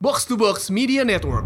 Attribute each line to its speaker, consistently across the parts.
Speaker 1: Box to Box Media Network.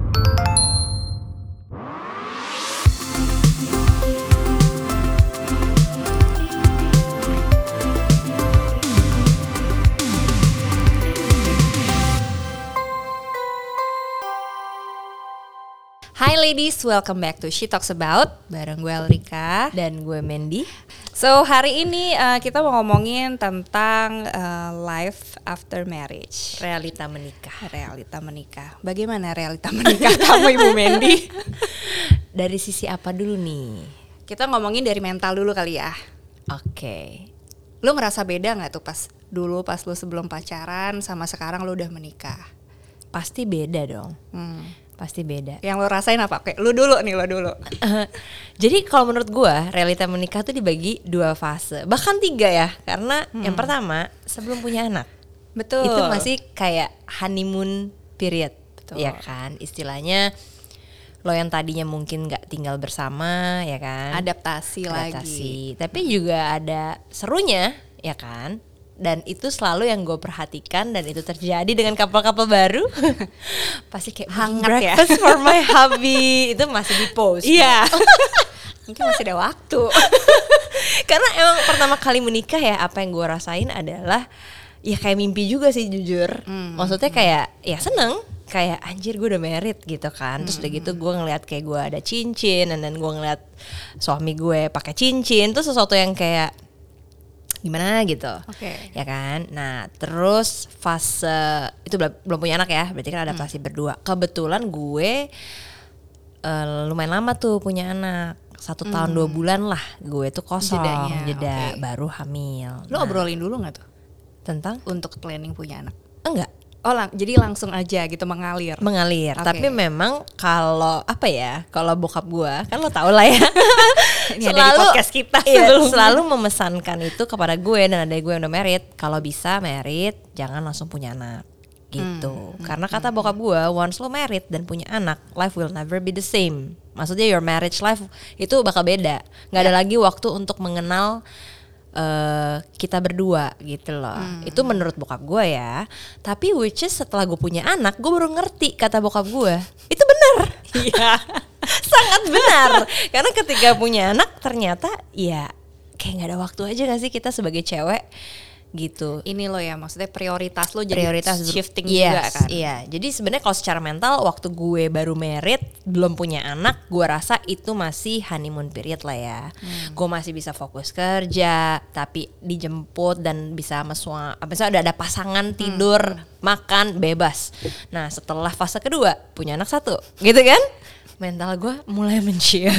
Speaker 2: Hi ladies, welcome back to She Talks About bareng gue Elrika
Speaker 3: dan gue Mandy.
Speaker 2: So hari ini kita mau ngomongin tentang life after marriage.
Speaker 3: Realita menikah.
Speaker 2: Bagaimana realita menikah kamu Ibu Mandy?
Speaker 3: Dari sisi apa dulu nih?
Speaker 2: Kita ngomongin dari mental dulu kali ya.
Speaker 3: Oke.
Speaker 2: Lu ngerasa beda gak tuh pas lu sebelum pacaran sama sekarang lu udah menikah?
Speaker 3: Pasti beda dong. Pasti beda.
Speaker 2: Yang lo rasain apa? Oke, lo dulu.
Speaker 3: Jadi kalau menurut gue realita menikah tuh dibagi 2 fase, bahkan 3 ya. Karena yang pertama sebelum punya anak.
Speaker 2: Betul.
Speaker 3: Itu masih kayak honeymoon period.
Speaker 2: Betul.
Speaker 3: Ya kan, istilahnya lo yang tadinya mungkin gak tinggal bersama, ya kan,
Speaker 2: Adaptasi lagi.
Speaker 3: Tapi juga ada serunya, ya kan. Dan itu selalu yang gue perhatikan, dan itu terjadi dengan couple-couple baru. Pasti kayak
Speaker 2: hangat ya.
Speaker 3: breakfast for my hubby itu masih di post.
Speaker 2: Iya. Mungkin masih ada waktu.
Speaker 3: Karena emang pertama kali menikah ya, apa yang gue rasain adalah ya kayak mimpi juga sih jujur. Maksudnya kayak ya seneng, kayak anjir gue udah married gitu kan. Terus udah gitu gue ngeliat kayak gue ada cincin, dan gue ngeliat suami gue pakai cincin, itu sesuatu yang kayak gimana gitu. Ya kan. Nah terus fase itu belum punya anak ya, berarti kan adaptasi berdua. Kebetulan gue lumayan lama tuh punya anak, 1 tahun 2 bulan lah gue tuh kosong jeda baru hamil.
Speaker 2: Lo obrolin dulu gak tuh
Speaker 3: tentang
Speaker 2: untuk planning punya anak?
Speaker 3: Enggak.
Speaker 2: Oh jadi langsung aja gitu mengalir.
Speaker 3: Tapi memang kalau apa ya, kalau bokap gue kan lo tau lah ya.
Speaker 2: Ini ada di podcast kita.
Speaker 3: Selalu memesankan itu kepada gue dan adek gue yang udah married, kalau bisa married jangan langsung punya anak gitu. Karena kata bokap gue, once lo married dan punya anak, life will never be the same. Maksudnya your marriage life itu bakal beda. Gak ada lagi waktu untuk mengenal kita berdua gitu loh. Itu menurut bokap gue ya. Tapi which is setelah gue punya anak, gue baru ngerti kata bokap gue. Itu benar.
Speaker 2: Iya.
Speaker 3: Sangat benar. Karena ketika punya anak ternyata ya kayak gak ada waktu aja gak sih kita sebagai cewek gitu.
Speaker 2: Ini lo ya, maksudnya prioritas lo jadi shifting juga kan.
Speaker 3: Iya. Jadi sebenarnya kalau secara mental waktu gue baru married, belum punya anak, gue rasa itu masih honeymoon period lah ya. Gue masih bisa fokus kerja, tapi dijemput dan bisa misalnya udah ada pasangan, tidur, makan bebas. Nah setelah fase kedua punya anak 1, gitu kan, mental gue mulai menciut.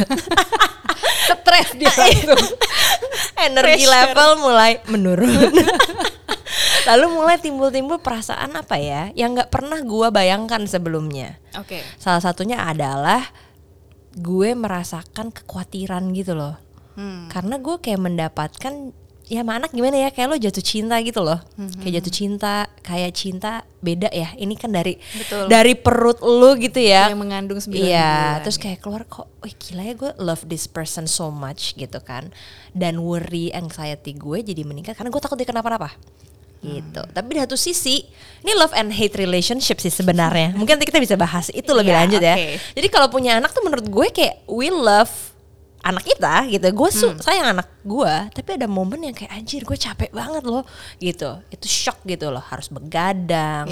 Speaker 2: Stres dia langsung.
Speaker 3: Energi level mulai menurun. Lalu mulai timbul perasaan apa ya, yang gak pernah gue bayangkan sebelumnya. Salah satunya adalah gue merasakan kekhawatiran gitu loh. Karena gue kayak mendapatkan, ya sama anak gimana ya, kayak lo jatuh cinta gitu loh. Kayak jatuh cinta, kayak cinta beda ya. Ini kan dari perut lo gitu ya,
Speaker 2: yang mengandung 9
Speaker 3: bulan.
Speaker 2: Iya,
Speaker 3: terus kayak keluar kok, gila ya, gue love this person so much gitu kan. Dan worry, anxiety gue jadi meningkat karena gue takut dia kenapa-napa gitu. Tapi di satu sisi ini love and hate relationship sih sebenarnya. Mungkin nanti kita bisa bahas itu lebih lanjut ya. Jadi kalau punya anak tuh menurut gue kayak we love anak kita gitu. Gue sayang anak gue, tapi ada momen yang kayak anjir gue capek banget loh gitu. Itu shock gitu loh, harus begadang,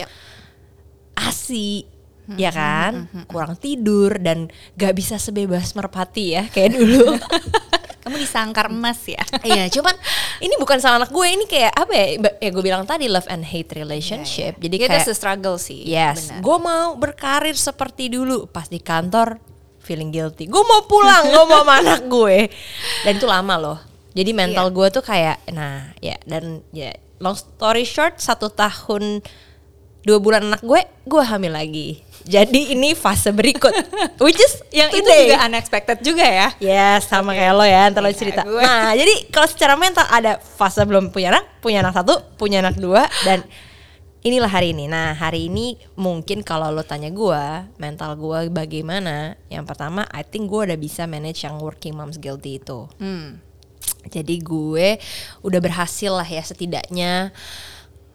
Speaker 3: ASI, ya kan, kurang tidur dan gak bisa sebebas merpati ya kayak dulu.
Speaker 2: Kamu disangkar emas ya.
Speaker 3: Iya, cuman ini bukan salah anak gue, ini kayak apa ya? Ya gue bilang tadi love and hate relationship. Jadi kayak
Speaker 2: that's a struggle sih.
Speaker 3: Yes, gue mau berkarir seperti dulu, pas di kantor feeling guilty. Gue mau pulang, gue mau sama anak gue. Dan itu lama loh. Jadi mental gue tuh kayak, nah ya, dan ya long story short, 1 tahun 2 bulan anak gue hamil lagi. Jadi ini fase berikut, which is
Speaker 2: yang
Speaker 3: today.
Speaker 2: Itu juga unexpected juga ya.
Speaker 3: Yes, sama kayak lo ya, ntar lo cerita. Nah, jadi kalau secara mental ada fase belum punya anak 1, punya anak 2, dan inilah hari ini. Nah, hari ini mungkin kalau lo tanya gue, mental gue bagaimana? Yang pertama, I think gue udah bisa manage yang working moms guilty itu. Jadi gue udah berhasil lah ya setidaknya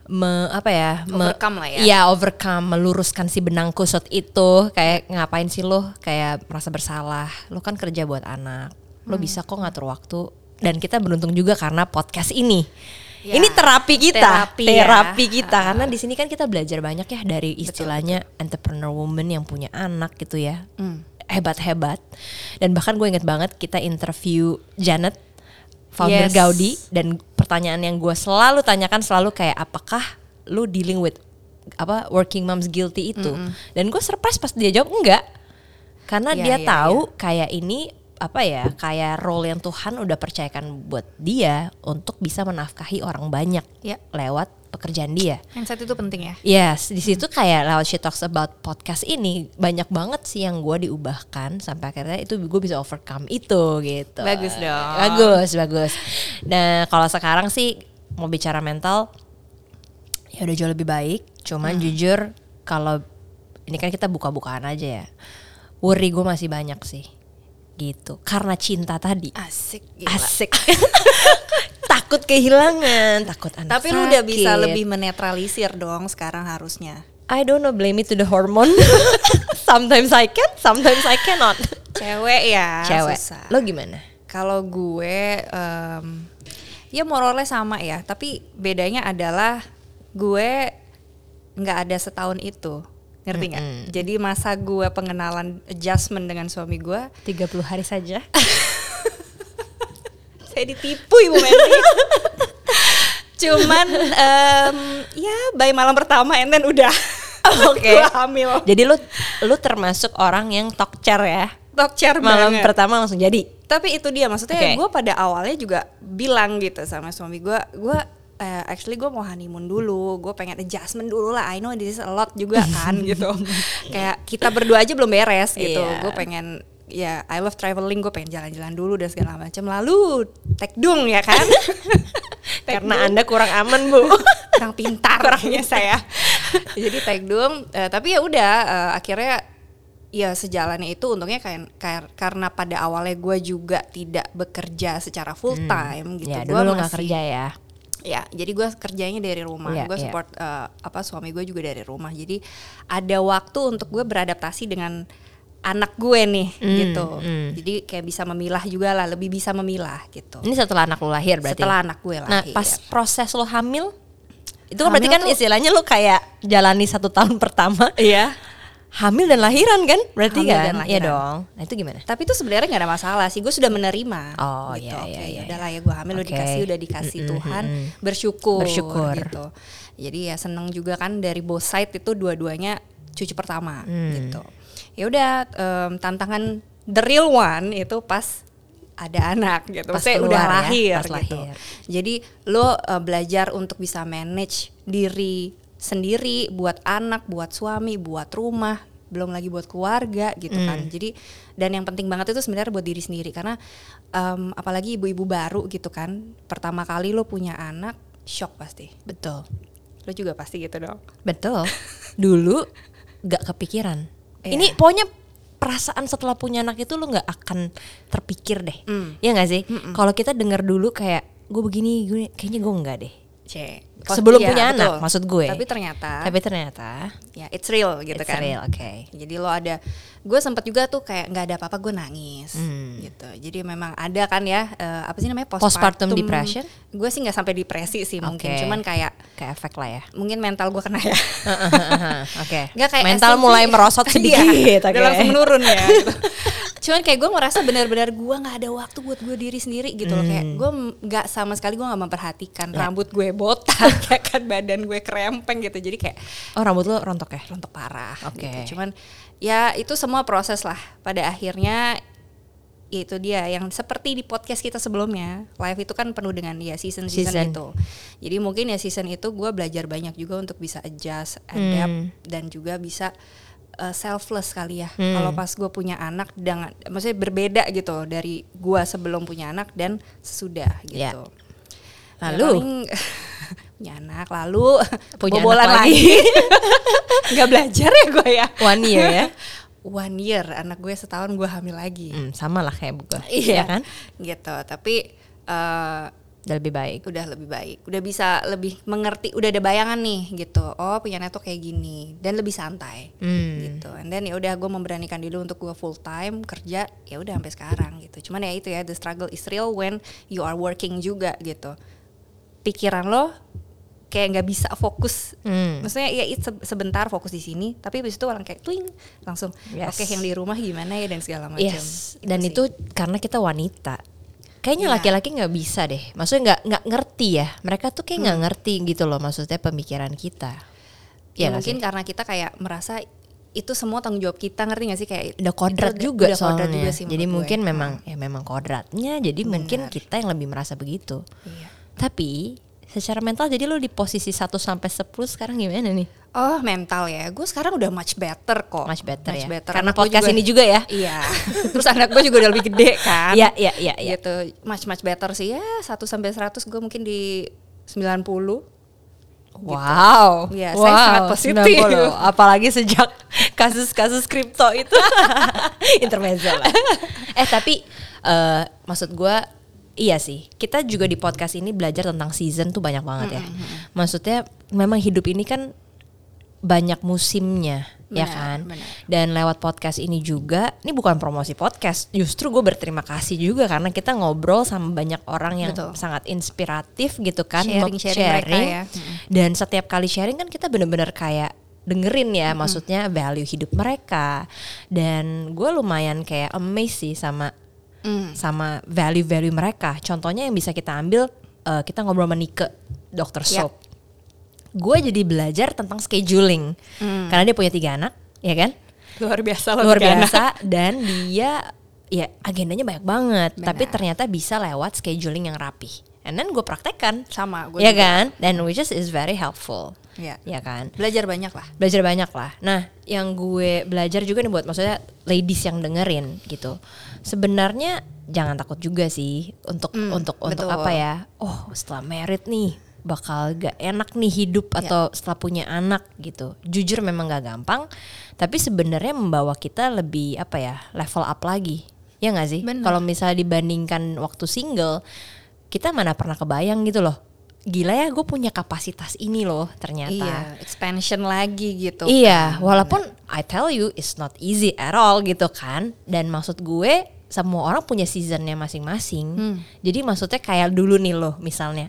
Speaker 2: Overcome lah ya.
Speaker 3: Iya, overcome, meluruskan si benang kusut itu. Kayak ngapain sih lo kayak merasa bersalah? Lo kan kerja buat anak. Lo bisa kok ngatur waktu. Dan kita beruntung juga karena podcast ini.
Speaker 2: Ya,
Speaker 3: ini terapi kita, terapi
Speaker 2: ya.
Speaker 3: kita. Karena di sini kan kita belajar banyak ya dari istilahnya entrepreneur woman yang punya anak gitu ya. Hebat-hebat. Dan bahkan gue inget banget kita interview Janet, founder Gaudi, dan pertanyaan yang gue selalu tanyakan selalu kayak apakah lu dealing with working moms guilty itu. Dan gue surprise pas dia jawab enggak, karena dia tahu kayak ini kayak role yang Tuhan udah percayakan buat dia untuk bisa menafkahi orang banyak lewat pekerjaan dia.
Speaker 2: Mindset itu penting ya.
Speaker 3: Yes, di situ kayak lewat She Talks About podcast ini banyak banget sih yang gue diubahkan sampai akhirnya itu gue bisa overcome itu gitu.
Speaker 2: Bagus dong.
Speaker 3: Bagus. Nah kalau sekarang sih mau bicara mental ya udah jauh lebih baik. Cuman jujur kalau ini kan kita buka-bukaan aja ya, worry gue masih banyak sih gitu karena cinta tadi.
Speaker 2: Asik.
Speaker 3: Takut kehilangan, takut anak
Speaker 2: Tapi
Speaker 3: sakit.
Speaker 2: lu udah bisa lebih menetralisir dong sekarang harusnya.
Speaker 3: I don't know, blame it to the hormone. Sometimes I can, sometimes I cannot.
Speaker 2: Cewek ya,
Speaker 3: Cewek.
Speaker 2: susah.
Speaker 3: Lo gimana?
Speaker 2: Kalau gue ya more or less sama ya, tapi bedanya adalah gue nggak ada setahun itu. Ngerti nggak? Jadi masa gue pengenalan adjustment dengan suami gue
Speaker 3: 30 hari saja.
Speaker 2: Saya ditipu Ibu Mendy. Cuman ya by malam pertama and then udah gue hamil.
Speaker 3: Jadi lu termasuk orang yang talk-cer ya?
Speaker 2: Talk-cer
Speaker 3: malam
Speaker 2: banget.
Speaker 3: pertama langsung jadi.
Speaker 2: Tapi itu dia maksudnya gue pada awalnya juga bilang gitu sama suami gue actually gue mau honeymoon dulu, gue pengen adjustment dulu lah. I know this is a lot juga kan gitu. Kayak kita berdua aja belum beres gitu. Gue pengen I love traveling, gue pengen jalan-jalan dulu dan segala macam. Lalu tekdung ya kan.
Speaker 3: Karena Anda kurang aman Bu.
Speaker 2: Kurang pintar orangnya saya. Jadi tekdung, tapi ya udah akhirnya ya sejalannya itu untungnya karena pada awalnya gue juga tidak bekerja secara full time gitu.
Speaker 3: Ya
Speaker 2: Gue
Speaker 3: dulu nggak kerja ya.
Speaker 2: Ya, jadi gue kerjanya dari rumah, gue support suami gue juga dari rumah. Jadi ada waktu untuk gue beradaptasi dengan anak gue nih gitu. Jadi kayak bisa memilah juga lah, lebih bisa memilah gitu.
Speaker 3: Ini setelah anak lu lahir berarti?
Speaker 2: Setelah anak gue lahir.
Speaker 3: Nah pas proses lo hamil, itu kan berarti kan istilahnya lo kayak jalani 1 tahun pertama.
Speaker 2: Iya.
Speaker 3: Hamil dan lahiran kan? Berarti
Speaker 2: Hamil
Speaker 3: kan?
Speaker 2: dan lahiran.
Speaker 3: Iya dong. Nah itu gimana?
Speaker 2: Tapi itu sebenarnya nggak ada masalah sih. Gue sudah menerima.
Speaker 3: Oh
Speaker 2: gitu.
Speaker 3: iya.
Speaker 2: Udahlah ya gue hamil udah dikasih Tuhan. Bersyukur gitu. Jadi ya seneng juga kan dari both side itu dua-duanya cucu pertama gitu. Ya udah tantangan the real one itu pas ada anak gitu. Maksudnya udah lahir gitu. Lahir. Jadi lo belajar untuk bisa manage diri sendiri, buat anak, buat suami, buat rumah, belum lagi buat keluarga gitu kan. Jadi dan yang penting banget itu sebenarnya buat diri sendiri karena apalagi ibu-ibu baru gitu kan, pertama kali lo punya anak shock pasti.
Speaker 3: Betul.
Speaker 2: Lo juga pasti gitu dong.
Speaker 3: Betul. Dulu gak kepikiran. Ini pokoknya perasaan setelah punya anak itu lo gak akan terpikir deh. Ya gak sih? Kalau kita dengar dulu kayak gue begini, kayaknya gue enggak deh. Sebelum punya anak maksud gue.
Speaker 2: Tapi ternyata ya it's real gitu
Speaker 3: it's
Speaker 2: kan.
Speaker 3: Real, okay.
Speaker 2: Jadi lo ada, gue sempat juga tuh kayak nggak ada apa-apa gue nangis gitu. Jadi memang ada kan ya apa sih namanya
Speaker 3: postpartum depression.
Speaker 2: Gue sih nggak sampai depresi sih mungkin, cuman kayak
Speaker 3: efek lah ya.
Speaker 2: Mungkin mental gue kena ya.
Speaker 3: Oke.
Speaker 2: Nggak kayak
Speaker 3: mental mulai merosot sedikit.
Speaker 2: Udah langsung menurun ya. Gitu. Cuman kayak gue ngerasa benar-benar gue nggak ada waktu buat gue diri sendiri gitu loh. Kayak gue nggak sama sekali gue nggak memperhatikan rambut gue botak, kayak kan badan gue krempeng gitu. Jadi kayak
Speaker 3: rambut lo rontok ya?
Speaker 2: Rontok parah.
Speaker 3: Oke.
Speaker 2: Gitu. Cuman ya itu semua proses lah. Pada akhirnya itu dia yang seperti di podcast kita sebelumnya, live itu kan penuh dengan ya season itu. Jadi mungkin ya season itu gue belajar banyak juga untuk bisa adjust, adapt dan juga bisa selfless kali ya. Kalau pas gue punya anak dengan maksudnya berbeda gitu dari gue sebelum punya anak dan sesudah gitu.
Speaker 3: Yeah.
Speaker 2: Lalu punya anak lalu
Speaker 3: punya
Speaker 2: bobolan
Speaker 3: anak lagi.
Speaker 2: Nggak belajar ya gue ya.
Speaker 3: 1 year ya.
Speaker 2: 1 year anak gue setahun gue hamil lagi.
Speaker 3: Sama lah kayak gue.
Speaker 2: Iya
Speaker 3: ya kan?
Speaker 2: Gitu. Tapi
Speaker 3: Udah lebih baik.
Speaker 2: Udah lebih baik. Udah bisa lebih mengerti, udah ada bayangan nih gitu. Oh, punyanya tuh kayak gini dan lebih santai gitu. And then ya udah gue memberanikan diri untuk gue full time kerja, ya udah sampai sekarang gitu. Cuman ya itu ya, the struggle is real when you are working juga gitu. Pikiran lo kayak nggak bisa fokus. Maksudnya ya sebentar fokus di sini, tapi habis itu orang kayak twing langsung oke, yang di rumah gimana ya dan segala macam.
Speaker 3: Dan itu karena kita wanita. Kayaknya laki-laki nggak bisa deh, maksudnya nggak ngerti ya. Mereka tuh kayak nggak ngerti gitu loh, maksudnya pemikiran kita.
Speaker 2: Ya mungkin karena kita kayak merasa itu semua tanggung jawab kita, ngerti nggak sih, kayak
Speaker 3: udah kodrat juga soalnya.
Speaker 2: Kodrat juga sih,
Speaker 3: jadi mungkin memang kodratnya. Jadi mungkin kita yang lebih merasa begitu. Tapi secara mental, jadi lo di posisi 1 sampai 10 sekarang gimana nih?
Speaker 2: Oh, mental ya. Gue sekarang udah much better kok.
Speaker 3: Much better.
Speaker 2: Karena
Speaker 3: podcast ini juga ya.
Speaker 2: Iya. Terus anak gue juga udah lebih gede kan.
Speaker 3: Iya.
Speaker 2: Gitu. Much better sih ya. 1 sampai 100 gue mungkin di 90.
Speaker 3: Wow.
Speaker 2: Gitu. Ya, saya sangat positif.
Speaker 3: 90. Apalagi sejak kasus-kasus kripto itu. Intermezzo lah. Tapi maksud gue, iya sih, kita juga di podcast ini belajar tentang season tuh banyak banget ya. Maksudnya memang hidup ini kan banyak musimnya, ya kan?
Speaker 2: Benar.
Speaker 3: Dan lewat podcast ini juga, ini bukan promosi podcast, justru gue berterima kasih juga karena kita ngobrol sama banyak orang yang sangat inspiratif gitu kan, sharing. Dan setiap kali sharing kan kita benar-benar kayak dengerin ya, maksudnya value hidup mereka. Dan gue lumayan kayak amazed sih sama value-value mereka. Contohnya yang bisa kita ambil, kita ngobrol sama Nike, Dr. Soap. Gue jadi belajar tentang scheduling karena dia punya 3 anak, ya kan?
Speaker 2: Luar biasa.
Speaker 3: Dan dia ya agendanya banyak banget.
Speaker 2: Benar.
Speaker 3: Tapi ternyata bisa lewat scheduling yang rapi. And then gue praktekkan,
Speaker 2: sama gue
Speaker 3: ya
Speaker 2: juga.
Speaker 3: kan? Dan which is very helpful. Ya kan?
Speaker 2: Belajar banyak lah.
Speaker 3: Nah, yang gue belajar juga nih buat maksudnya ladies yang dengerin gitu. Sebenarnya jangan takut juga sih untuk apa ya? Oh, setelah married nih bakal gak enak nih hidup atau setelah punya anak gitu. Jujur memang gak gampang, tapi sebenarnya membawa kita lebih apa ya? Level up lagi. Ya gak sih? Kalau misalnya dibandingkan waktu single, kita mana pernah kebayang gitu loh. Gila ya, gue punya kapasitas ini loh ternyata.
Speaker 2: Iya, expansion lagi gitu.
Speaker 3: Iya, walaupun I tell you it's not easy at all gitu kan. Dan maksud gue semua orang punya seasonnya masing-masing. Jadi maksudnya kayak dulu nih loh, misalnya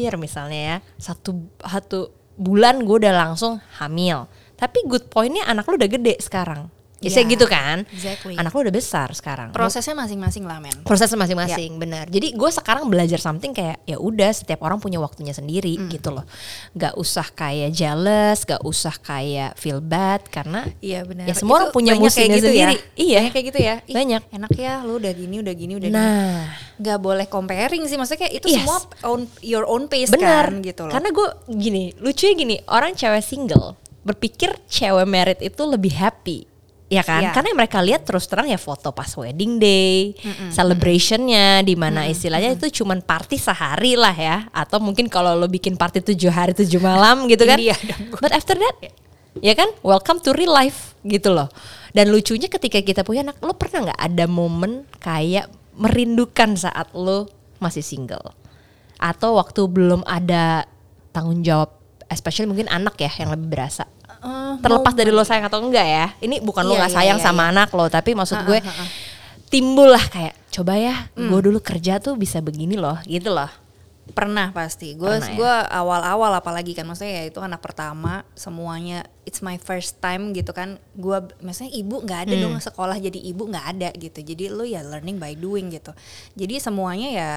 Speaker 3: ya satu bulan gue udah langsung hamil. Tapi good pointnya anak lu udah gede sekarang. Bisa gitu kan?
Speaker 2: Exactly.
Speaker 3: Anak lu udah besar sekarang.
Speaker 2: Prosesnya masing-masing lah, men.
Speaker 3: Prosesnya masing-masing, benar. Jadi gue sekarang belajar something kayak ya udah setiap orang punya waktunya sendiri gitu loh. Gak usah kayak jealous, gak usah kayak feel bad karena
Speaker 2: iya benar.
Speaker 3: Ya semua orang punya musimnya
Speaker 2: gitu
Speaker 3: sendiri.
Speaker 2: Ya? Iya, kayak gitu ya.
Speaker 3: Banyak.
Speaker 2: Enak ya, lu udah gini.
Speaker 3: Nah,
Speaker 2: gak boleh comparing sih, maksudnya kayak itu semua your own pace
Speaker 3: bener.
Speaker 2: Kan gitu loh.
Speaker 3: Karena gue lucunya gini, orang cewek single berpikir cewek married itu lebih happy. Ya kan, karena mereka lihat terus terang ya foto pas wedding day, celebrationnya, di mana istilahnya itu cuman party sehari lah ya, atau mungkin kalau lo bikin party 7 hari 7 malam gitu kan. But after that, ya kan, welcome to real life gitu loh. Dan lucunya ketika kita punya anak, lo pernah nggak ada momen kayak merindukan saat lo masih single, atau waktu belum ada tanggung jawab, especially mungkin anak ya yang lebih berasa. Terlepas dari lo sayang atau enggak ya, ini bukan lo nggak sayang sama anak lo, tapi maksud gue timbul lah kayak coba ya gue dulu kerja tuh bisa begini loh gitu loh.
Speaker 2: Pernah pasti gue awal-awal apalagi kan, maksudnya ya itu anak pertama semuanya, it's my first time gitu kan. Gue maksudnya ibu nggak ada dong, sekolah jadi ibu nggak ada gitu, jadi lo ya learning by doing gitu. Jadi semuanya ya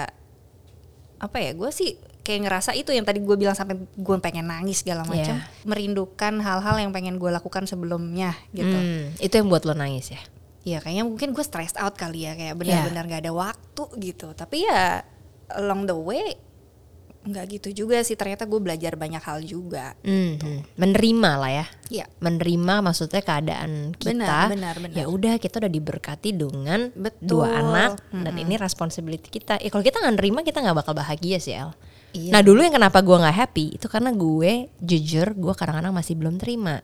Speaker 2: apa ya, gue sih kayak ngerasa itu yang tadi gue bilang sampai gue pengen nangis segala macam, merindukan hal-hal yang pengen gue lakukan sebelumnya gitu.
Speaker 3: Itu yang buat lo nangis ya?
Speaker 2: Iya, kayaknya mungkin gue stressed out kali ya, kayak benar-benar gak ada waktu gitu. Tapi ya along the way nggak gitu juga sih, ternyata gue belajar banyak hal juga.
Speaker 3: Menerima lah ya.
Speaker 2: Iya.
Speaker 3: Menerima maksudnya keadaan kita.
Speaker 2: Benar.
Speaker 3: Ya udah, kita udah diberkati dengan 2 anak dan ini responsibility kita. Ya kalau kita nggak nerima, kita nggak bakal bahagia sih, El. Iya. Nah dulu yang kenapa gue nggak happy itu karena gue jujur gue kadang-kadang masih belum terima.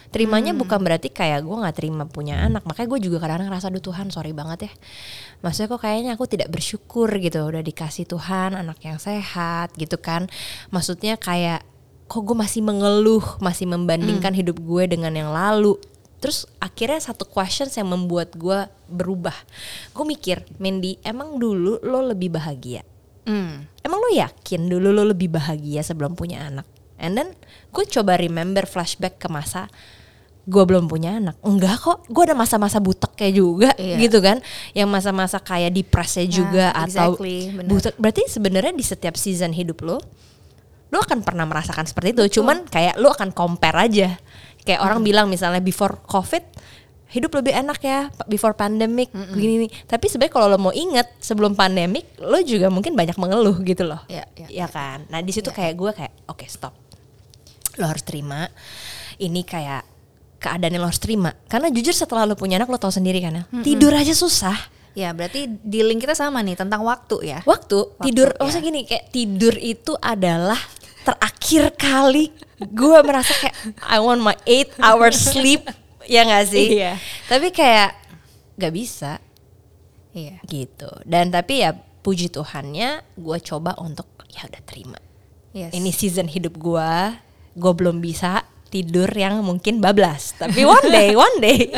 Speaker 3: Terimanya bukan berarti kayak gue nggak terima punya anak. Makanya gue juga kadang-kadang ngerasa, aduh Tuhan sorry banget ya. Maksudnya kok kayaknya aku tidak bersyukur gitu, udah dikasih Tuhan anak yang sehat gitu kan. Maksudnya kayak kok gue masih mengeluh, masih membandingkan hidup gue dengan yang lalu. Terus akhirnya satu question yang membuat gue berubah. Gue mikir, Mandy, emang dulu lo lebih bahagia? Emang lo yakin dulu lo lebih bahagia sebelum punya anak? And then gue coba remember flashback ke masa gue belum punya anak. Enggak kok, gue ada masa-masa buteknya juga gitu kan. Yang masa-masa kayak depressnya juga atau butek. Berarti sebenarnya di setiap season hidup lo akan pernah merasakan seperti itu. Cuman kayak lo akan compare aja. Kayak orang bilang misalnya before COVID hidup lebih enak ya, before pandemic begini. Tapi sebenarnya kalau lo mau inget sebelum pandemic lo juga mungkin banyak mengeluh gitu loh. Ya kan. Nah di situ kayak gue kayak oke, stop. Lo harus terima. Ini kayak keadaan yang lo harus terima. Karena jujur setelah lo punya anak lo tahu sendiri kan ya. Tidur aja susah.
Speaker 2: Ya berarti dealing kita sama nih tentang waktu ya.
Speaker 3: Waktu tidur, maksudnya gini, kayak tidur itu adalah terakhir kali gue merasa kayak I want my 8 hours sleep. Ya gak sih?
Speaker 2: Iya.
Speaker 3: Tapi kayak gak bisa.
Speaker 2: Iya.
Speaker 3: Gitu. Dan tapi ya puji Tuhannya gue coba untuk ya udah terima. Ini season hidup gue belum bisa tidur yang mungkin bablas. Tapi one day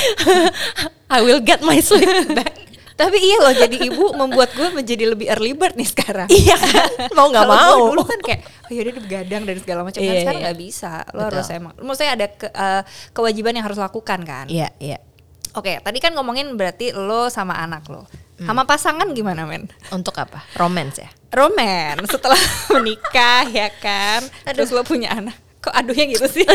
Speaker 3: I will get my sleep back.
Speaker 2: Tapi iya loh, jadi ibu membuat gue menjadi lebih early bird nih sekarang.
Speaker 3: Iya kan, mau nggak mau.
Speaker 2: Kalau dulu kan kayak, oh yaudah udah begadang dan segala macam. Kan sekarang nggak bisa. Lo harus emang, maksudnya ada kewajiban yang harus lakukan kan.
Speaker 3: Iya.
Speaker 2: Oke, tadi kan ngomongin berarti lo sama anak lo. Sama pasangan gimana men?
Speaker 3: Untuk apa? Romance ya?
Speaker 2: Romance setelah menikah ya kan. Terus lo punya anak. Kok aduhnya gitu sih?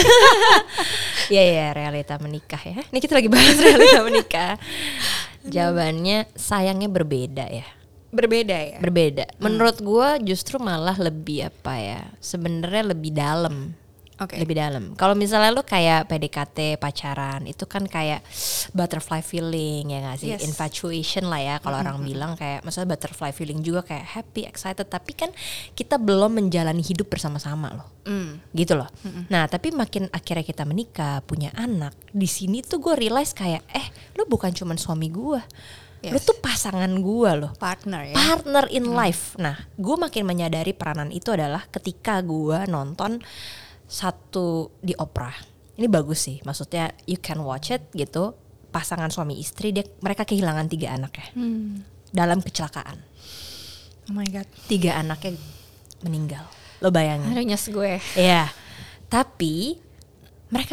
Speaker 3: Iya, realita menikah ya. Ini kita lagi bahas realita menikah. Jawabannya sayangnya berbeda ya.
Speaker 2: Berbeda ya?
Speaker 3: Berbeda. Menurut gue justru malah lebih apa ya, sebenarnya lebih dalam. Lebih dalam. Kalau misalnya lu kayak PDKT pacaran itu kan kayak butterfly feeling ya gak sih? Infatuation lah ya kalau orang bilang, kayak maksudnya butterfly feeling juga kayak happy, excited, tapi kan kita belum menjalani hidup bersama-sama loh. Gitu loh. Nah, tapi makin akhirnya kita menikah, punya anak, di sini tuh gue realize kayak lu bukan cuman suami gue. Lu tuh pasangan gue loh.
Speaker 2: Partner ya.
Speaker 3: Partner in life. Nah, gue makin menyadari peranan itu adalah ketika gue nonton satu di Oprah. Ini bagus sih, maksudnya you can watch it gitu. Pasangan suami istri mereka kehilangan 3 anaknya dalam kecelakaan.
Speaker 2: Oh my god.
Speaker 3: 3 anaknya meninggal. Lo bayangin?
Speaker 2: Aduh nyes gue.
Speaker 3: Iya. Tapi mereka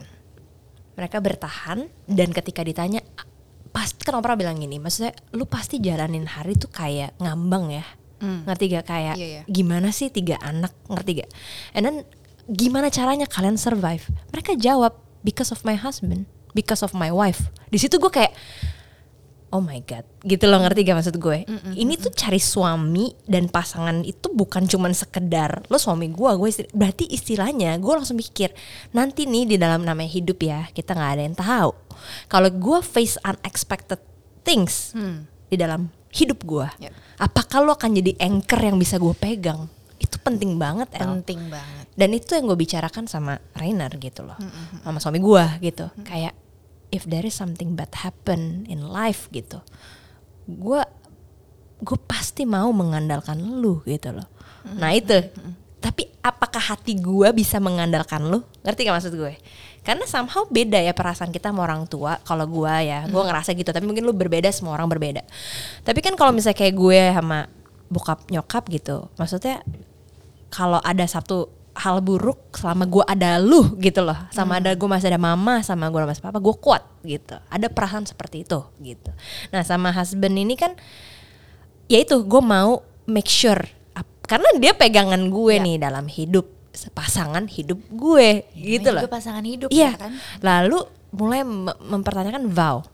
Speaker 3: bertahan dan ketika ditanya, pasti kan Oprah bilang gini, maksudnya lu pasti jalanin hari tuh kayak ngambang ya. Ngerti gak? Kayak gimana sih 3 anak, ngerti gak? And then gimana caranya kalian survive? Mereka jawab, because of my husband, because of my wife. Di situ gue kayak, oh my god, gitu loh, ngerti gak maksud gue? Ini tuh cari suami dan pasangan itu bukan cuman sekedar lo suami gue istri. Berarti istilahnya gue langsung mikir, nanti nih di dalam namanya hidup ya, kita nggak ada yang tahu. Kalau gue face unexpected things di dalam hidup gue, apakah lo akan jadi anchor yang bisa gue pegang? Itu penting banget.
Speaker 2: Penting banget.
Speaker 3: Dan itu yang gue bicarakan sama Rainer gitu loh, sama suami gue gitu. Kayak if there is something bad happen in life gitu, gue pasti mau mengandalkan lu gitu loh. Nah itu. Tapi apakah hati gue bisa mengandalkan lu? Ngerti gak maksud gue? Karena somehow beda ya perasaan kita sama orang tua. Kalau gue ya, gue ngerasa gitu. Tapi mungkin lu berbeda, semua orang berbeda. Tapi kan kalau misalnya kayak gue sama bokap nyokap gitu, maksudnya kalau ada satu hal buruk selama gue ada lu gitu loh, sama ada gue masih ada mama, sama gue masih papa, gue kuat gitu. Ada perasaan seperti itu gitu. Nah sama husband ini kan, ya itu gue mau make sure, karena dia pegangan gue nih dalam hidup, pasangan hidup gue gitu loh.
Speaker 2: Juga pasangan hidup
Speaker 3: ya
Speaker 2: kan.
Speaker 3: Lalu mulai mempertanyakan vow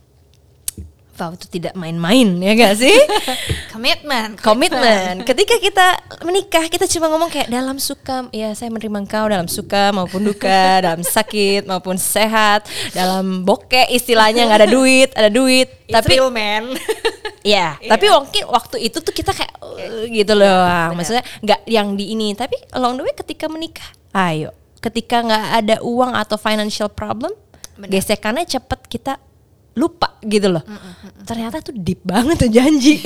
Speaker 3: itu tidak main-main ya gak sih? Komitmen. Ketika kita menikah, kita cuma ngomong kayak dalam suka, ya saya menerima engkau dalam suka maupun duka, dalam sakit maupun sehat, dalam bokeh istilahnya, nggak ada duit, tapi
Speaker 2: real man.
Speaker 3: Ya, tapi mungkin waktu itu tuh kita kayak gitu loh, maksudnya nggak yang di ini, tapi along the way ketika menikah, ayo ketika nggak ada uang atau financial problem, gesekannya cepet, kita lupa gitu loh. Ternyata tuh deep banget tuh janji.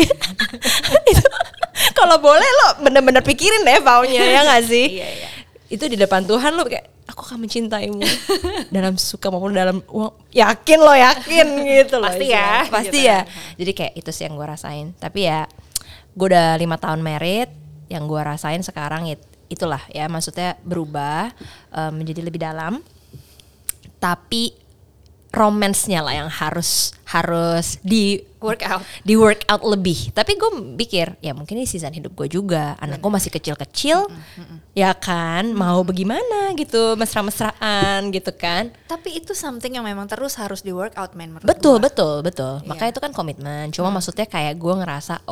Speaker 3: Kalau boleh lo bener-bener pikirin deh maunya, ya nggak sih?
Speaker 2: Iya.
Speaker 3: Itu di depan Tuhan lo kayak, aku akan mencintaimu dalam suka maupun dalam uang. Yakin gitu loh.
Speaker 2: Pasti ya.
Speaker 3: Pasti
Speaker 2: gitu.
Speaker 3: ya. Jadi kayak itu sih yang gue rasain. Tapi ya gue udah 5 tahun married. Yang gue rasain sekarang itulah ya, maksudnya berubah menjadi lebih dalam. Tapi romance-nya lah yang harus di work out lebih. Tapi gue pikir ya mungkin ini season hidup gue juga. Anak gue masih kecil-kecil, ya kan, mau bagaimana gitu, mesra-mesraan gitu kan.
Speaker 2: Tapi itu something yang memang terus harus di work out, menurut
Speaker 3: Betul.
Speaker 2: Iya.
Speaker 3: Makanya itu kan komitmen. Cuma maksudnya kayak gue ngerasa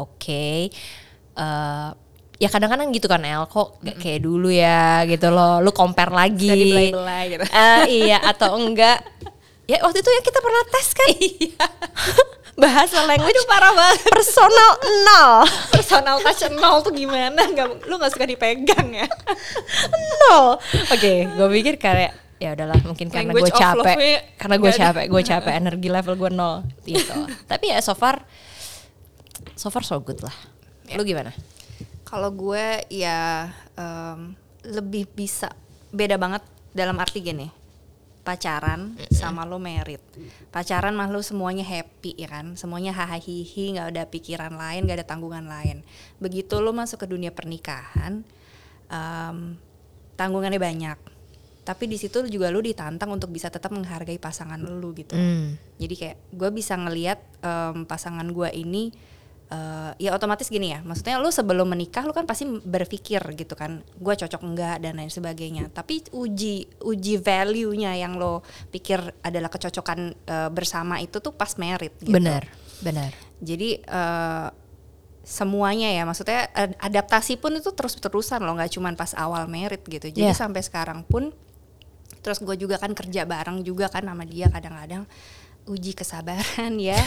Speaker 3: ya kadang-kadang gitu kan, El, kok gak kayak dulu ya gitu loh. Lu compare lagi.
Speaker 2: Bisa dibelai-belai gitu.
Speaker 3: Iya atau enggak. Ya waktu itu ya kita pernah tes kan. Bahasa language.
Speaker 2: Aduh parah banget.
Speaker 3: Personal 0.
Speaker 2: Personal touch 0 tuh gimana? Lu gak suka dipegang ya?
Speaker 3: 0. Oke, gue pikir kayak ya udahlah, mungkin karena gue capek. Karena gue capek, energi level gue 0 gitu. Tapi ya so far so good lah. Lu gimana?
Speaker 2: Kalau gue ya lebih bisa beda banget dalam arti gini. Pacaran sama lo married. Pacaran mah lo semuanya happy ya kan, semuanya hahaha, nggak ada pikiran lain, nggak ada tanggungan lain. Begitu lo masuk ke dunia pernikahan, tanggungannya banyak. Tapi di situ juga lo ditantang untuk bisa tetap menghargai pasangan lo gitu. Jadi kayak gue bisa ngelihat pasangan gue ini. Ya otomatis gini ya, maksudnya lu sebelum menikah lu kan pasti berpikir gitu kan, gue cocok enggak dan lain sebagainya. Tapi uji value-nya yang lo pikir adalah kecocokan bersama itu tuh pas married gitu.
Speaker 3: Benar.
Speaker 2: Jadi semuanya ya, maksudnya adaptasi pun itu terus-terusan loh, nggak cuma pas awal married gitu. Jadi sampai sekarang pun, terus gue juga kan kerja bareng juga kan sama dia, kadang-kadang uji kesabaran ya,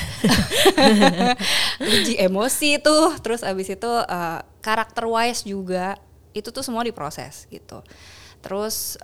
Speaker 2: uji emosi tuh, terus abis itu karakter wise juga itu tuh semua diproses gitu. Terus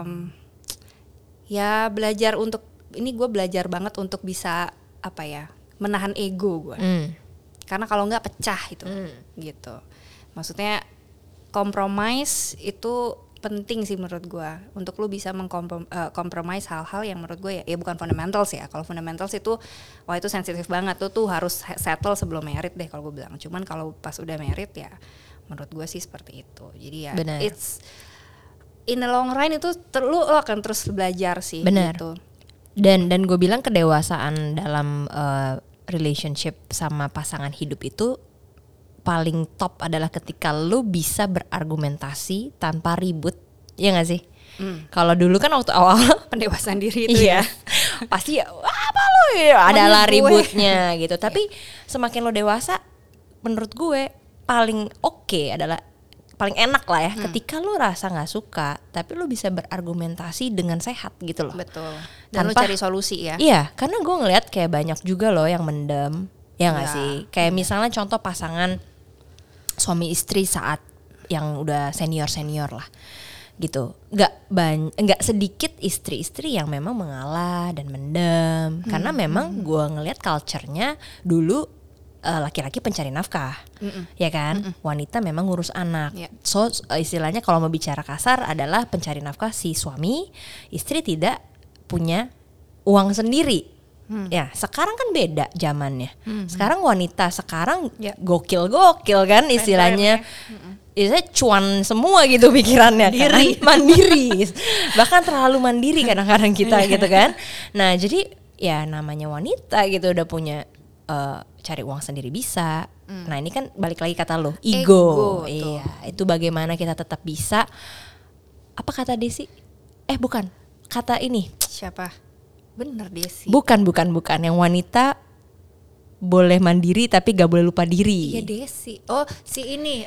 Speaker 2: ya belajar untuk ini, gue belajar banget untuk bisa menahan ego gue, karena kalau nggak pecah itu gitu. Maksudnya compromise itu penting sih menurut gue, untuk lu bisa mengkompromis hal-hal yang menurut gue ya bukan fundamentals ya. Kalau fundamentals itu wah itu sensitif banget, tuh harus settle sebelum married deh kalau gue bilang. Cuman kalau pas udah married ya menurut gue sih seperti itu. Jadi ya
Speaker 3: bener.
Speaker 2: It's in the long run itu lu akan terus belajar sih.
Speaker 3: Bener.
Speaker 2: Gitu.
Speaker 3: Dan gue bilang kedewasaan dalam relationship sama pasangan hidup itu paling top adalah ketika lu bisa berargumentasi tanpa ribut, ya nggak sih? Kalau dulu kan waktu awal
Speaker 2: pendewasaan diri itu ya,
Speaker 3: pasti ya apa lu ya, adalah ributnya gitu. Tapi semakin lo dewasa, menurut gue paling adalah paling enak lah ya, ketika lu rasa nggak suka, tapi lu bisa berargumentasi dengan sehat gitu loh.
Speaker 2: Betul. Dan lu cari solusi ya.
Speaker 3: Iya, karena gue ngeliat kayak banyak juga loh yang mendem, ya nggak sih? Kayak misalnya contoh pasangan suami istri saat yang udah senior lah gitu, nggak sedikit istri-istri yang memang mengalah dan mendem, karena memang gue ngelihat culture-nya dulu laki-laki pencari nafkah, ya kan, wanita memang ngurus anak, so istilahnya kalau mau bicara kasar adalah pencari nafkah si suami, istri tidak punya uang sendiri. Ya sekarang kan beda zamannya. Sekarang wanita sekarang gokil kan istilahnya. Istilahnya cuan semua gitu pikirannya, mandiri. Bahkan terlalu mandiri kadang-kadang kita gitu kan. Nah jadi ya namanya wanita gitu udah punya cari uang sendiri bisa. Nah ini kan balik lagi kata lo, ego. Iya, itu bagaimana kita tetap bisa. Apa kata Desi? Bukan. Kata ini.
Speaker 2: Siapa? Bener Desi.
Speaker 3: Bukan. Yang wanita boleh mandiri tapi gak boleh lupa diri.
Speaker 2: Iya Desi. Oh si ini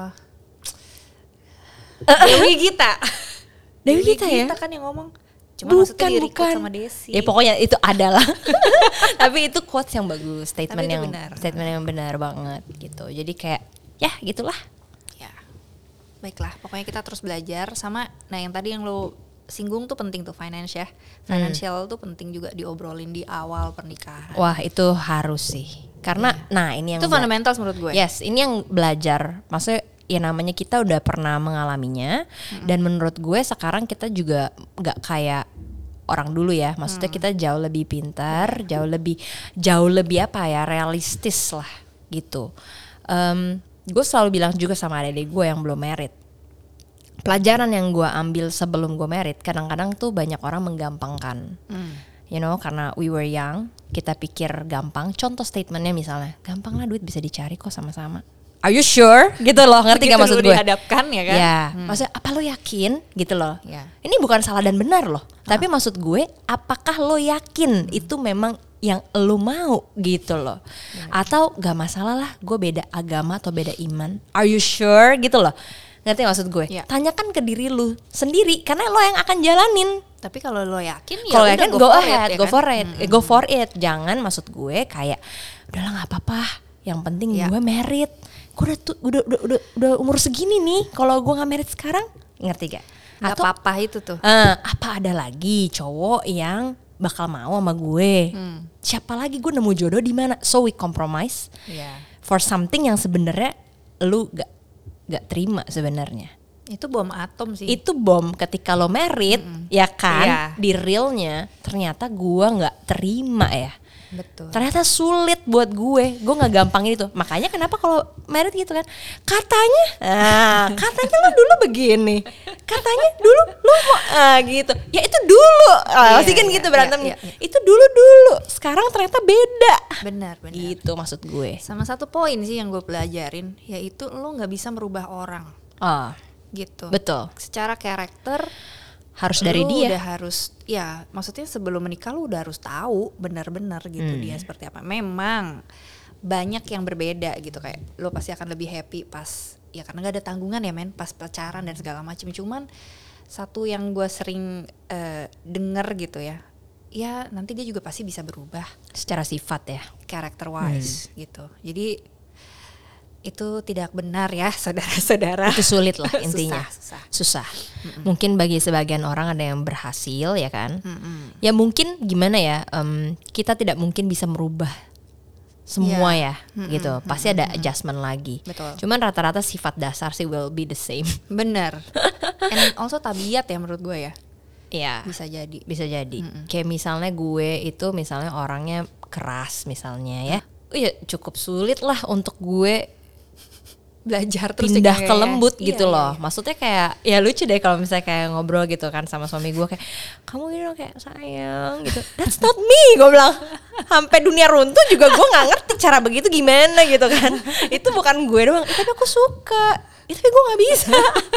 Speaker 2: Dewi Gita.
Speaker 3: Dewi Gita ya?
Speaker 2: Kan yang ngomong. Cuma maksudnya di-record sama Desi.
Speaker 3: Ya pokoknya itu adalah. Tapi itu quotes yang bagus, statement yang benar banget gitu. Jadi kayak ya gitulah.
Speaker 2: Ya. Baiklah, pokoknya kita terus belajar sama. Nah yang tadi yang lo singgung tuh penting tuh, financial tuh penting juga diobrolin di awal pernikahan.
Speaker 3: Wah itu harus sih, karena nah ini yang
Speaker 2: itu fundamental menurut gue.
Speaker 3: Yes, ini yang belajar, maksudnya ya namanya kita udah pernah mengalaminya, dan menurut gue sekarang kita juga nggak kayak orang dulu ya, maksudnya kita jauh lebih pintar, jauh lebih apa ya, realistis lah gitu. Gue selalu bilang juga sama adik gue yang belum married, pelajaran yang gue ambil sebelum gue married, kadang-kadang tuh banyak orang menggampangkan, you know, karena we were young, kita pikir gampang. Contoh statementnya misalnya, gampang lah, duit bisa dicari kok sama-sama. Are you sure? Gitu loh, ngerti gak maksud gue?
Speaker 2: Dihadapkan ya kan?
Speaker 3: Ya, maksudnya apa lo yakin? Gitu loh. Ini bukan salah dan benar loh, tapi maksud gue, apakah lo yakin itu memang yang lo mau gitu loh? Atau gak masalah lah, gue beda agama atau beda iman. Are you sure? Gitu loh. Ngerti maksud gue? Tanyakan ke diri lu sendiri, karena lo yang akan jalanin.
Speaker 2: Tapi kalau lo yakin ya
Speaker 3: kalau yakin go ahead,
Speaker 2: ya
Speaker 3: go
Speaker 2: kan?
Speaker 3: for it, go for it. Jangan, maksud gue kayak udahlah nggak apa-apa, yang penting gue married. Gue udah umur segini nih, kalau gue nggak married sekarang, ngerti gak?
Speaker 2: Nggak apa-apa itu tuh.
Speaker 3: Apa ada lagi cowok yang bakal mau sama gue? Siapa lagi, gue nemu jodoh di mana? So we compromise for something yang sebenarnya lu gak terima sebenarnya.
Speaker 2: Itu bom atom sih.
Speaker 3: Itu bom ketika lo married, ya kan? Di realnya ternyata gue nggak terima ya.
Speaker 2: Betul.
Speaker 3: Ternyata sulit buat gue nggak gampang itu. Makanya kenapa kalau married gitu kan, katanya lo dulu begini, katanya dulu lo mau gitu. Ya itu dulu, pasti kan gitu berantemnya. Itu dulu. Sekarang ternyata beda.
Speaker 2: Benar.
Speaker 3: Gitu maksud gue.
Speaker 2: Sama satu poin sih yang gue pelajarin, yaitu lo nggak bisa merubah orang. Gitu.
Speaker 3: Betul.
Speaker 2: Secara karakter
Speaker 3: harus dari dia.
Speaker 2: Udah harus, ya maksudnya sebelum menikah lu udah harus tahu benar-benar gitu dia seperti apa. Memang banyak yang berbeda gitu, kayak lo pasti akan lebih happy pas, ya karena gak ada tanggungan ya men, pas pacaran dan segala macam. Cuman satu yang gue sering denger gitu ya nanti dia juga pasti bisa berubah
Speaker 3: secara sifat ya,
Speaker 2: character wise gitu. Jadi itu tidak benar ya saudara-saudara.
Speaker 3: Itu sulit lah intinya. Susah. Mungkin bagi sebagian orang ada yang berhasil ya kan. Ya mungkin gimana ya, kita tidak mungkin bisa merubah semua gitu. Pasti ada adjustment lagi.
Speaker 2: Betul.
Speaker 3: Cuman rata-rata sifat dasar sih will be the same.
Speaker 2: Benar. And also tabiat ya menurut gue ya.
Speaker 3: Iya.
Speaker 2: Bisa jadi.
Speaker 3: Kayak misalnya gue itu misalnya orangnya keras misalnya ya. Ya cukup sulit lah untuk gue
Speaker 2: belajar terus
Speaker 3: pindah ke lembut gitu loh.
Speaker 2: Iya.
Speaker 3: Maksudnya kayak ya lucu deh kalau misalnya kayak ngobrol gitu kan sama suami gue, kayak kamu gini dong, kayak sayang gitu. That's not me, gue bilang. Sampai dunia runtuh juga gue nggak ngerti cara begitu gimana gitu kan. Itu bukan gue doang. Tapi aku suka. Tapi gue nggak bisa.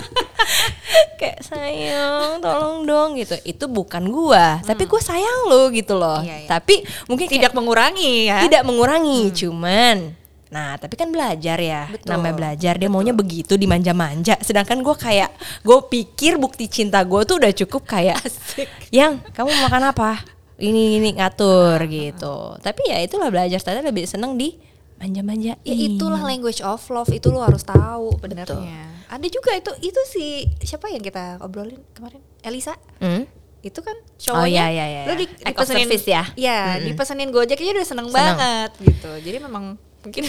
Speaker 3: Kayak sayang, tolong dong gitu. Itu bukan gue, tapi gue sayang lo gitu loh. Tapi mungkin
Speaker 2: tidak mengurangi ya.
Speaker 3: Tidak mengurangi, cuman nah tapi kan belajar ya. Betul. Namanya belajar, dia maunya begitu dimanja-manja. Sedangkan gue kayak, gue pikir bukti cinta gue tuh udah cukup kayak yang kamu mau makan apa? Ini ngatur gitu. Tapi ya itulah belajar, ternyata lebih seneng di manja-manja.
Speaker 2: Ya itulah language of love, itu lo harus tahu benernya. Ada juga itu si siapa yang kita obrolin kemarin, Elisa. Itu kan cowoknya lo dipesenin
Speaker 3: ya.
Speaker 2: Iya, dipesenin Gojek aja udah seneng banget gitu. Jadi memang mungkin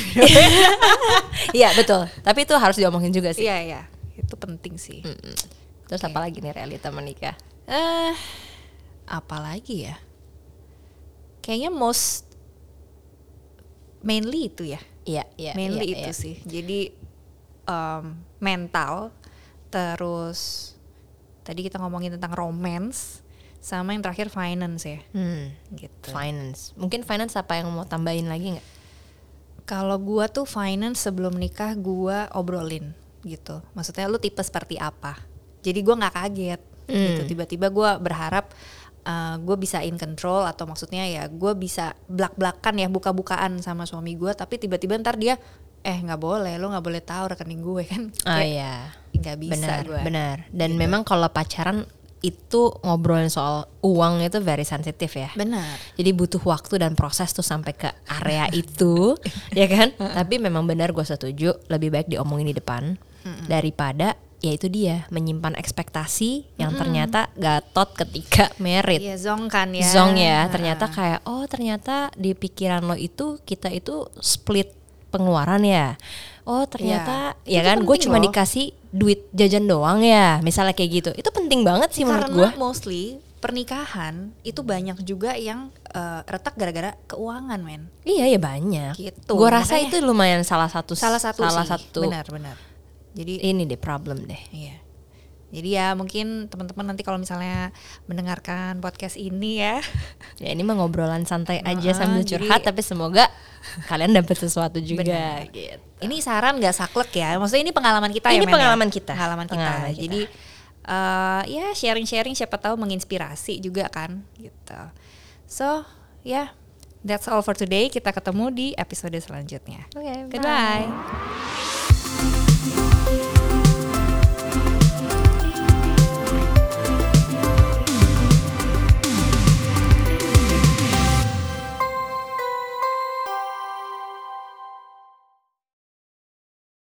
Speaker 3: iya betul, tapi itu harus diomongin juga sih.
Speaker 2: Iya itu penting sih.
Speaker 3: Terus apa lagi nih realita menikah?
Speaker 2: Apa lagi ya, kayaknya mainly itu ya.
Speaker 3: Iya
Speaker 2: mainly itu sih. Jadi mental, terus tadi kita ngomongin tentang romance, sama yang terakhir finance ya. Gitu.
Speaker 3: Finance, mungkin finance apa yang mau tambahin lagi nggak?
Speaker 2: Kalau gua tuh finance sebelum nikah gua obrolin gitu. Maksudnya lu tipe seperti apa? Jadi gua nggak kaget gitu. Tiba-tiba gua berharap gue bisa in control, atau maksudnya ya gue bisa belak-belakan ya, buka-bukaan sama suami gue. Tapi tiba-tiba ntar dia nggak boleh, lo nggak boleh tahu rekening gue kan. Nggak bisa.
Speaker 3: Benar. Dan memang kalau pacaran itu ngobrolin soal uang itu very sensitif ya.
Speaker 2: Benar.
Speaker 3: Jadi butuh waktu dan proses tuh sampai ke area itu, ya kan? Tapi memang benar, gue setuju, lebih baik diomongin di depan daripada ya itu dia, menyimpan ekspektasi yang ternyata gatot ketika married.
Speaker 2: Iya, zong kan ya.
Speaker 3: Zong ya, ternyata kayak ternyata di pikiran lo itu kita itu split pengeluaran ya. Ternyata ya kan gue cuma dikasih duit jajan doang ya, misalnya kayak gitu. Itu penting banget sih menurut gue.
Speaker 2: Karena mostly pernikahan itu banyak juga yang retak gara-gara keuangan, men.
Speaker 3: Iya ya banyak.
Speaker 2: Gitu.
Speaker 3: Gue rasa itu lumayan salah satu.
Speaker 2: Benar. Jadi
Speaker 3: ini deh problem deh.
Speaker 2: Iya. Jadi ya mungkin teman-teman nanti kalau misalnya mendengarkan podcast ini ya
Speaker 3: ini mah ngobrolan santai aja sambil curhat, tapi semoga kalian dapat sesuatu juga. Gitu.
Speaker 2: Ini saran gak saklek ya, maksudnya ini pengalaman kita
Speaker 3: ini
Speaker 2: ya.
Speaker 3: Pengalaman
Speaker 2: kita. Jadi ya sharing-sharing siapa tahu menginspirasi juga kan gitu. So that's all for today. Kita ketemu di episode selanjutnya.
Speaker 3: Okay,
Speaker 2: goodbye.